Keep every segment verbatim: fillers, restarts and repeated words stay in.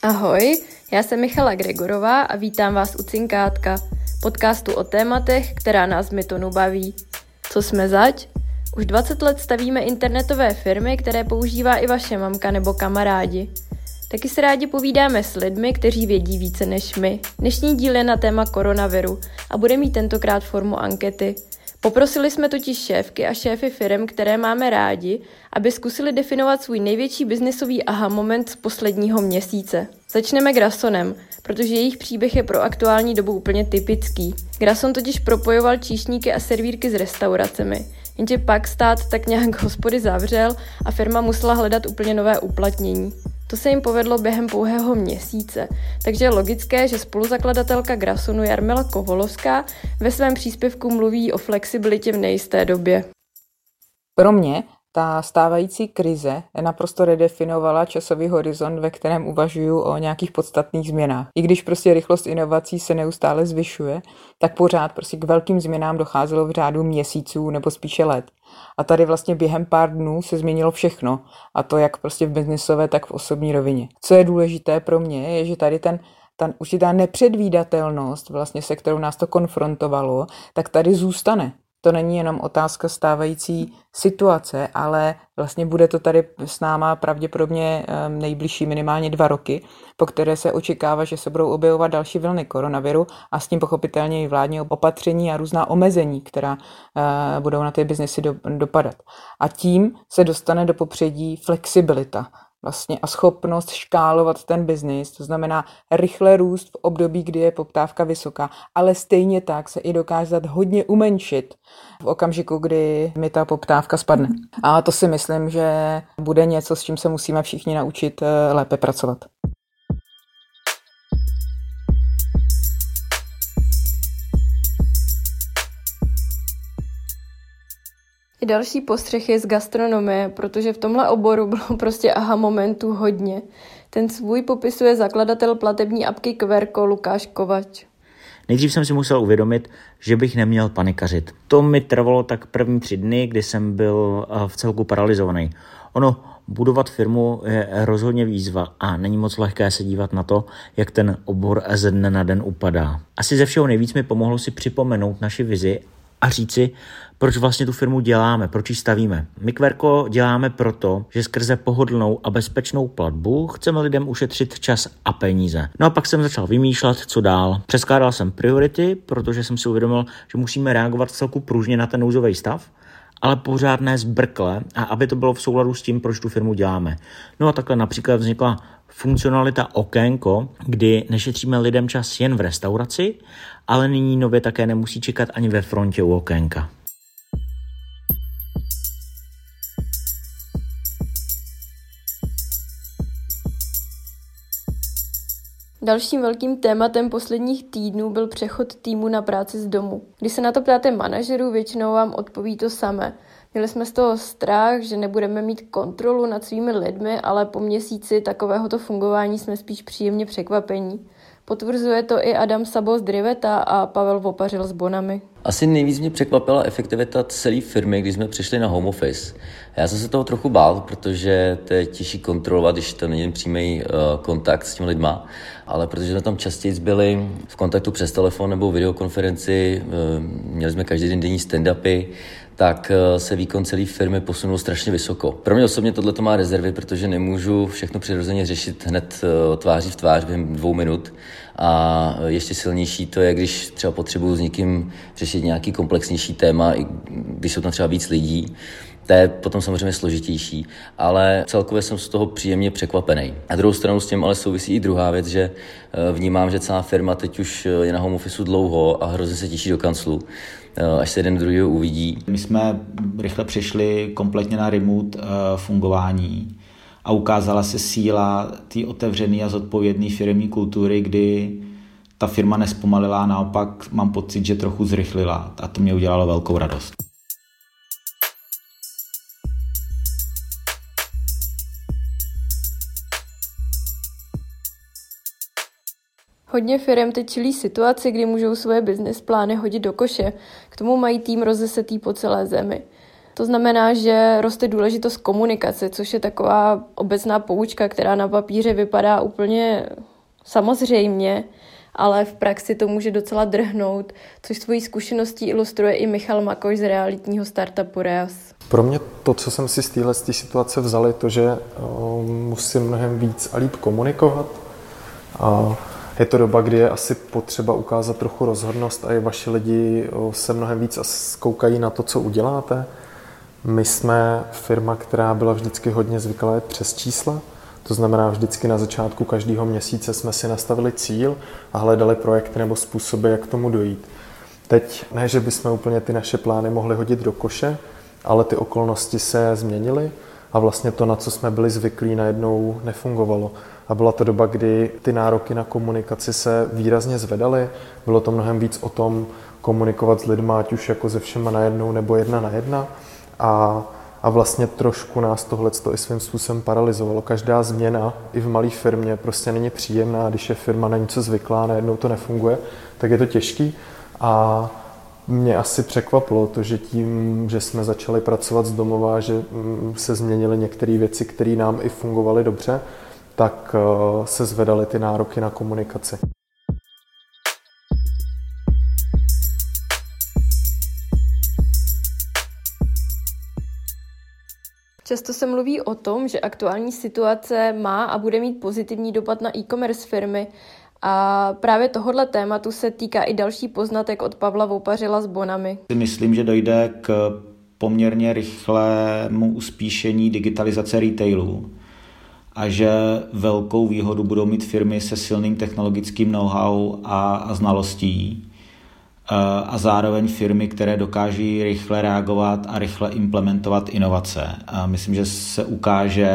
Ahoj, já jsem Michala Gregorová a vítám vás u Cinkátka, podcastu o tématech, která nás v Mytonu baví. Co jsme zač? Už dvacet let stavíme internetové firmy, které používá i vaše mamka nebo kamarádi. Taky se rádi povídáme s lidmi, kteří vědí více než my. Dnešní díl je na téma koronaviru a bude mít tentokrát formu ankety. Poprosili jsme totiž šéfky a šéfy firem, které máme rádi, aby zkusili definovat svůj největší biznisový aha moment z posledního měsíce. Začneme Grassonem, protože jejich příběh je pro aktuální dobu úplně typický. Grasson totiž propojoval číšníky a servírky s restauracemi, jenže pak stát tak nějak hospody zavřel a firma musela hledat úplně nové uplatnění. To se jim povedlo během pouhého měsíce, takže je logické, že spoluzakladatelka Grassonu Jarmila Kovolovská ve svém příspěvku mluví o flexibilitě v nejisté době. Pro mě ta stávající krize naprosto redefinovala časový horizont, ve kterém uvažuju o nějakých podstatných změnách. I když prostě rychlost inovací se neustále zvyšuje, tak pořád prostě k velkým změnám docházelo v řádu měsíců nebo spíše let. A tady vlastně během pár dnů se změnilo všechno, a to jak prostě v biznisové, tak v osobní rovině. Co je důležité pro mě, je, že tady ten ta určitá nepředvídatelnost, vlastně se kterou nás to konfrontovalo, tak tady zůstane. To není jenom otázka stávající situace, ale vlastně bude to tady s náma pravděpodobně nejbližší minimálně dva roky, po které se očekává, že se budou objevovat další vlny koronaviru a s tím pochopitelně i vládní opatření a různá omezení, která budou na ty biznesy dopadat. A tím se dostane do popředí flexibilita. Vlastně a schopnost škálovat ten biznis, to znamená rychle růst v období, kdy je poptávka vysoká, ale stejně tak se i dokázat hodně umenšit v okamžiku, kdy mi ta poptávka spadne. A to si myslím, že bude něco, s čím se musíme všichni naučit lépe pracovat. I další postřeh je z gastronomie, protože v tomhle oboru bylo prostě aha momentů hodně. Ten svůj popisuje zakladatel platební apky Qverko Lukáš Kovač. Nejdřív jsem si musel uvědomit, že bych neměl panikařit. To mi trvalo tak první tři dny, kdy jsem byl v celku paralizovaný. Ono, budovat firmu je rozhodně výzva a není moc lehké se dívat na to, jak ten obor ze dne na den upadá. Asi ze všeho nejvíc mi pomohlo si připomenout naši vizi a říci, proč vlastně tu firmu děláme, proč ji stavíme. My Qverko děláme proto, že skrze pohodlnou a bezpečnou platbu chceme lidem ušetřit čas a peníze. No a pak jsem začal vymýšlet, co dál. Přeskládal jsem priority, protože jsem si uvědomil, že musíme reagovat celku pružně na ten nouzový stav, ale pořád ne zbrkle, a aby to bylo v souladu s tím, proč tu firmu děláme. No a takhle například vznikla funkcionalita Okénko, kdy nešetříme lidem čas jen v restauraci, ale nyní nově také nemusí čekat ani ve frontě u okénka. Dalším velkým tématem posledních týdnů byl přechod týmu na práci z domu. Když se na to ptáte manažerů, většinou vám odpoví to samé. Měli jsme z toho strach, že nebudeme mít kontrolu nad svými lidmi, ale po měsíci takovéhoto fungování jsme spíš příjemně překvapení. Potvrzuje to i Adam Sabo z Driveta a Pavel Vopařil z Bonami. Asi nejvíc mě překvapila efektivita celé firmy, když jsme přišli na home office. Já jsem se toho trochu bál, protože to je těžší kontrolovat, když to není přímý uh, kontakt s těmi lidma, ale protože jsme tam častěji byli v kontaktu přes telefon nebo videokonferenci, uh, měli jsme každý den denní stand-upy, tak se výkon celé firmy posunul strašně vysoko. Pro mě osobně tohle má rezervy, protože nemůžu všechno přirozeně řešit hned tváří v tvář během dvou minut. A ještě silnější to je, když třeba potřebuji s někým řešit nějaký komplexnější téma, i když jsou tam třeba víc lidí. To je potom samozřejmě složitější, ale celkově jsem z toho příjemně překvapený. Na druhou stranu s tím ale souvisí i druhá věc, že vnímám, že celá firma teď už je na home officeu dlouho a hrozně se těší do kanclu, až se jeden druhýho uvidí. My jsme rychle přišli kompletně na remote fungování a ukázala se síla té otevřené a zodpovědné firemní kultury, kdy ta firma nespomalila, naopak mám pocit, že trochu zrychlila a to mě udělalo velkou radost. Hodně firem teď čelí situaci, kdy můžou svoje business plány hodit do koše. K tomu mají tým rozesetý po celé zemi. To znamená, že roste důležitost komunikace, což je taková obecná poučka, která na papíře vypadá úplně samozřejmě, ale v praxi to může docela drhnout, což svojí zkušeností ilustruje i Michal Makoš z realitního startupu Reas. Pro mě to, co jsem si z téhle situace vzal, je to, že uh, musím mnohem víc a líp komunikovat. A je to doba, kdy je asi potřeba ukázat trochu rozhodnost a i vaši lidi uh, se mnohem víc koukají na to, co uděláte. My jsme firma, která byla vždycky hodně zvyklá jet přes čísla. To znamená, vždycky na začátku každého měsíce jsme si nastavili cíl a hledali projekty nebo způsoby, jak k tomu dojít. Teď ne, že bychom úplně ty naše plány mohli hodit do koše, ale ty okolnosti se změnily a vlastně to, na co jsme byli zvyklí, najednou nefungovalo. A byla to doba, kdy ty nároky na komunikaci se výrazně zvedaly. Bylo to mnohem víc o tom komunikovat s lidmi, ať už jako se všema najednou nebo jedna na jedna. A A vlastně trošku nás tohleto i svým způsobem paralyzovalo. Každá změna i v malé firmě prostě není příjemná. Když je firma na něco zvyklá, najednou to nefunguje, tak je to těžký. A mě asi překvapilo to, že tím, že jsme začali pracovat z domova, že se změnily některé věci, které nám i fungovaly dobře, tak se zvedaly ty nároky na komunikaci. Často se mluví o tom, že aktuální situace má a bude mít pozitivní dopad na e-commerce firmy a právě tohohle tématu se týká i další poznatek od Pavla Vopařila z Bonami. Myslím, že dojde k poměrně rychlému uspíšení digitalizace retailu a že velkou výhodu budou mít firmy se silným technologickým know-how a, a znalostí a zároveň firmy, které dokáží rychle reagovat a rychle implementovat inovace. A myslím, že se ukáže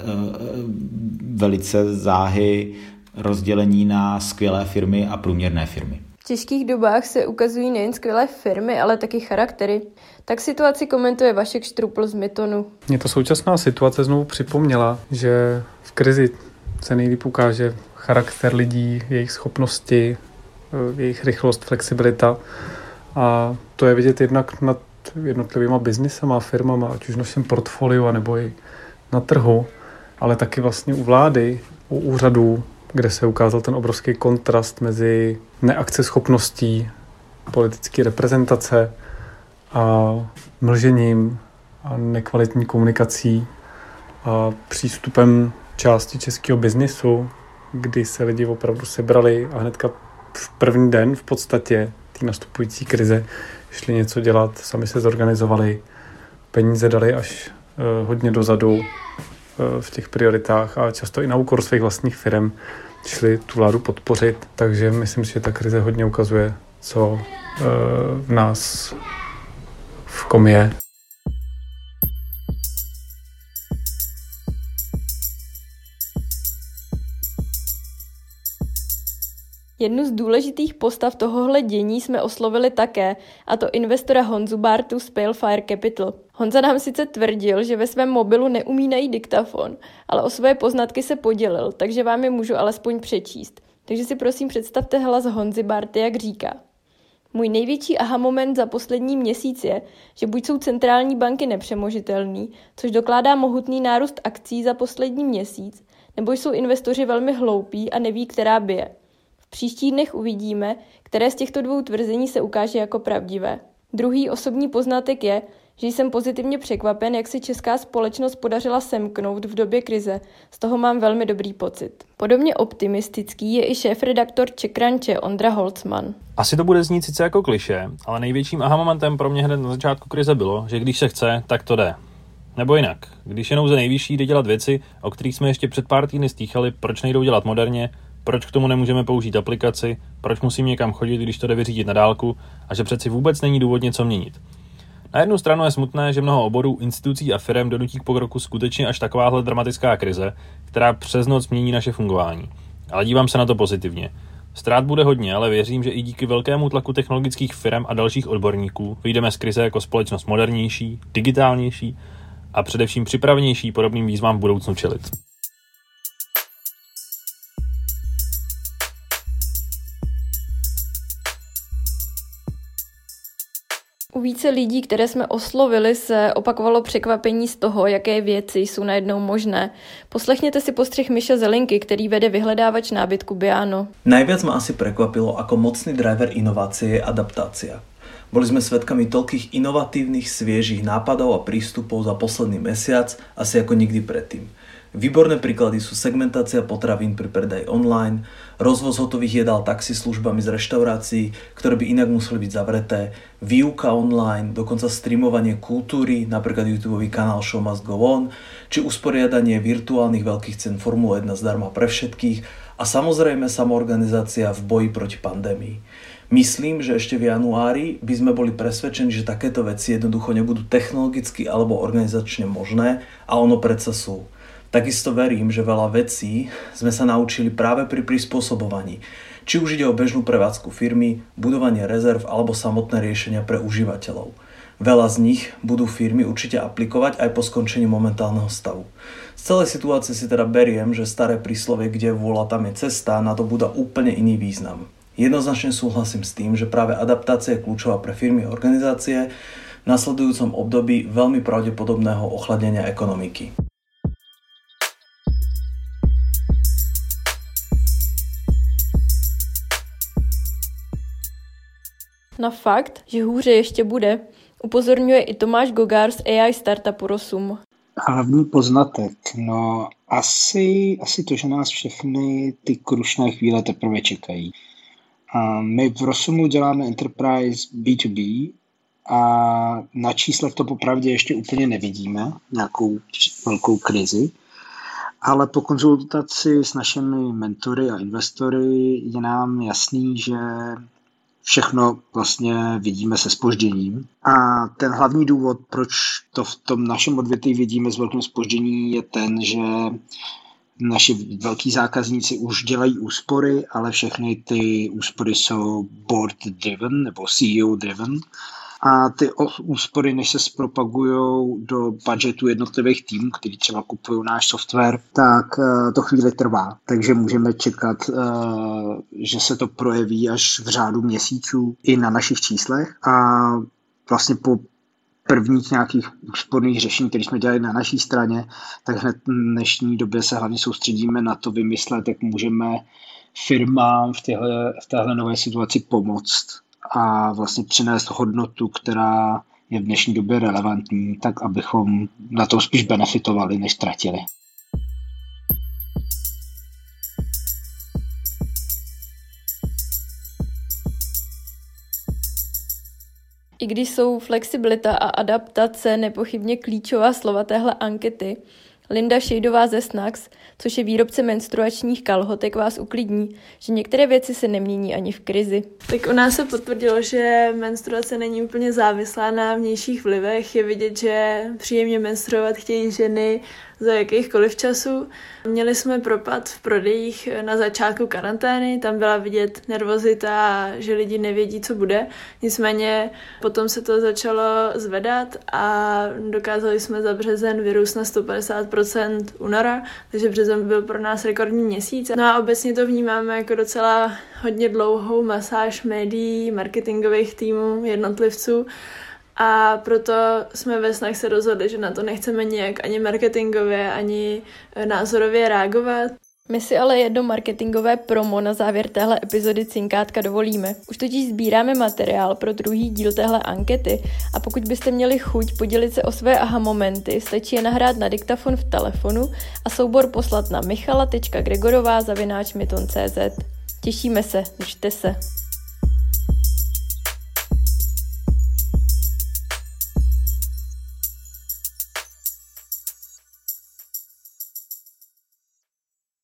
velice záhy rozdělení na skvělé firmy a průměrné firmy. V těžkých dobách se ukazují nejen skvělé firmy, ale taky charaktery. Tak situaci komentuje Vašek Štrupl z Mytonu. Mě ta současná situace znovu připomněla, že v krizi se nejlíp ukáže charakter lidí, jejich schopnosti, jejich rychlost, flexibilita. A to je vidět jednak nad jednotlivýma biznisama, firmama, ať už v našem portfoliu, nebo i na trhu, ale taky vlastně u vlády, u úřadů, kde se ukázal ten obrovský kontrast mezi neakceschopností politické reprezentace a mlžením a nekvalitní komunikací a přístupem části českého biznisu, kdy se lidi opravdu sebrali a hnedka v první den v podstatě té nastupující krize šli něco dělat, sami se zorganizovali, peníze dali až uh, hodně dozadu uh, v těch prioritách a často i na úkor svých vlastních firem šli tu vládu podpořit, takže myslím si, že ta krize hodně ukazuje, co uh, v nás v kom je. Jednu z důležitých postav tohohle dění jsme oslovili také, a to investora Honzu Bártu z Pale Fire Capital. Honza nám sice tvrdil, že ve svém mobilu neumí najít diktafon, ale o své poznatky se podělil, takže vám je můžu alespoň přečíst. Takže si prosím představte hlas Honzy Bárty, jak říká. Můj největší aha moment za poslední měsíc je, že buď jsou centrální banky nepřemožitelný, což dokládá mohutný nárůst akcí za poslední měsíc, nebo jsou investoři velmi hloupí a neví, která bije. V příštích dnech uvidíme, které z těchto dvou tvrzení se ukáže jako pravdivé. Druhý osobní poznatek je, že jsem pozitivně překvapen, jak si česká společnost podařila semknout v době krize. Z toho mám velmi dobrý pocit. Podobně optimistický je i šéfredaktor CzechCrunche Ondra Holcman. Asi to bude znít sice jako klišé, ale největším aha momentem pro mě hned na začátku krize bylo, že když se chce, tak to jde. Nebo jinak, když je nouze nejvyšší, jde dělat věci, o kterých jsme ještě před pár týdny stýchali, proč nejdou dělat moderně, proč k tomu nemůžeme použít aplikaci, proč musím někam chodit, když to jde vyřídit na dálku a že přeci vůbec není důvod něco měnit. Na jednu stranu je smutné, že mnoho oborů, institucí a firem donutí k pokroku skutečně až takováhle dramatická krize, která přes noc mění naše fungování. Ale dívám se na to pozitivně. Ztrát bude hodně, ale věřím, že i díky velkému tlaku technologických firem a dalších odborníků vyjdeme z krize jako společnost modernější, digitálnější a především připravenější podobným výzvám v budoucnu čelit. více lidí, které jsme oslovili, se opakovalo překvapení z toho, jaké věci jsou najednou možné. Poslechněte si postřeh Miša Zelinky, který vede vyhledávač nábytku Biano. Najviac ma asi prekvapilo, ako mocný driver inovácie je adaptácia. Boli sme svedkami toľkých inovatívnych, sviežých nápadov a prístupov za posledný mesiac, asi ako nikdy predtým. Výborné príklady sú segmentácia potravín pri predaji online, rozvoz hotových jedál taxislužbami z reštaurácií, ktoré by inak museli byť zavreté, výuka online, dokonca streamovanie kultúry, napríklad YouTubeový kanál Show Must Go On, či usporiadanie virtuálnych veľkých cien Formule jeden zdarma pre všetkých a samozrejme samoorganizácia v boji proti pandémii. Myslím, že ešte v januári by sme boli presvedčení, že takéto veci jednoducho nebudú technologicky alebo organizačne možné a ono predsa sú. Takisto verím, že veľa vecí sme sa naučili práve pri prispôsobovaní. Či už ide o bežnú prevádzku firmy, budovanie rezerv alebo samotné riešenia pre užívateľov. Veľa z nich budú firmy určite aplikovať aj po skončení momentálneho stavu. Z celej situácie si teda beriem, že staré príslovie, kde vôľa tam je cesta, na to bude úplne iný význam. Jednoznačne súhlasím s tým, že práve adaptácia je kľúčová pre firmy a organizácie v nasledujúcom období veľmi pravdepodobného ochladenia ekonomiky. Na fakt, že hůře ještě bude, upozorňuje i Tomáš Gogár z A I startupu Rosum. Hlavní poznatek, no asi, asi to, že nás všechny ty krušné chvíle teprve čekají. A my v Rosumu děláme Enterprise B to B a na číslech to popravdě ještě úplně nevidíme, nějakou velkou krizi, ale po konzultaci s našimi mentory a investory je nám jasný, že všechno vlastně vidíme se zpožděním. A ten hlavní důvod, proč to v tom našem odvětví vidíme s velkým zpožděním, je ten, že naši velký zákazníci už dělají úspory, ale všechny ty úspory jsou board driven nebo C E O driven. A ty úspory, než se zpropagují do budgetu jednotlivých týmů, který třeba kupují náš software, tak to chvíli trvá. Takže můžeme čekat, že se to projeví až v řádu měsíců i na našich číslech. A vlastně po prvních nějakých úsporných řešení, které jsme dělali na naší straně, tak hned v dnešní době se hlavně soustředíme na to vymyslet, jak můžeme firmám v téhle, v téhle nové situaci pomoct a vlastně přinést hodnotu, která je v dnešní době relevantní, tak abychom na tom spíš benefitovali, než ztratili. I když jsou flexibilita a adaptace nepochybně klíčová slova téhle ankety, Linda Šejdová ze Snax, což je výrobce menstruačních kalhotek, vás uklidní, že některé věci se nemění ani v krizi. Tak u nás se potvrdilo, že menstruace není úplně závislá na vnějších vlivech. Je vidět, že příjemně menstruovat chtějí ženy za jakýchkoliv časů. Měli jsme propad v prodejích na začátku karantény, tam byla vidět nervozita, že lidi nevědí, co bude. Nicméně potom se to začalo zvedat a dokázali jsme za březen vyrůst na sto padesát procent února, takže březen byl pro nás rekordní měsíc. No a obecně to vnímáme jako docela hodně dlouhou masáž médií, marketingových týmů, jednotlivců. A proto jsme ve Snax se rozhodli, že na to nechceme nějak ani marketingově, ani názorově reagovat. My si ale jedno marketingové promo na závěr téhle epizody Cinkátka dovolíme. Už totiž sbíráme materiál pro druhý díl téhle ankety a pokud byste měli chuť podělit se o své aha momenty, stačí je nahrát na diktafon v telefonu a soubor poslat na michala tečka gregorová zavináč myton tečka cz. Těšíme se, držte se.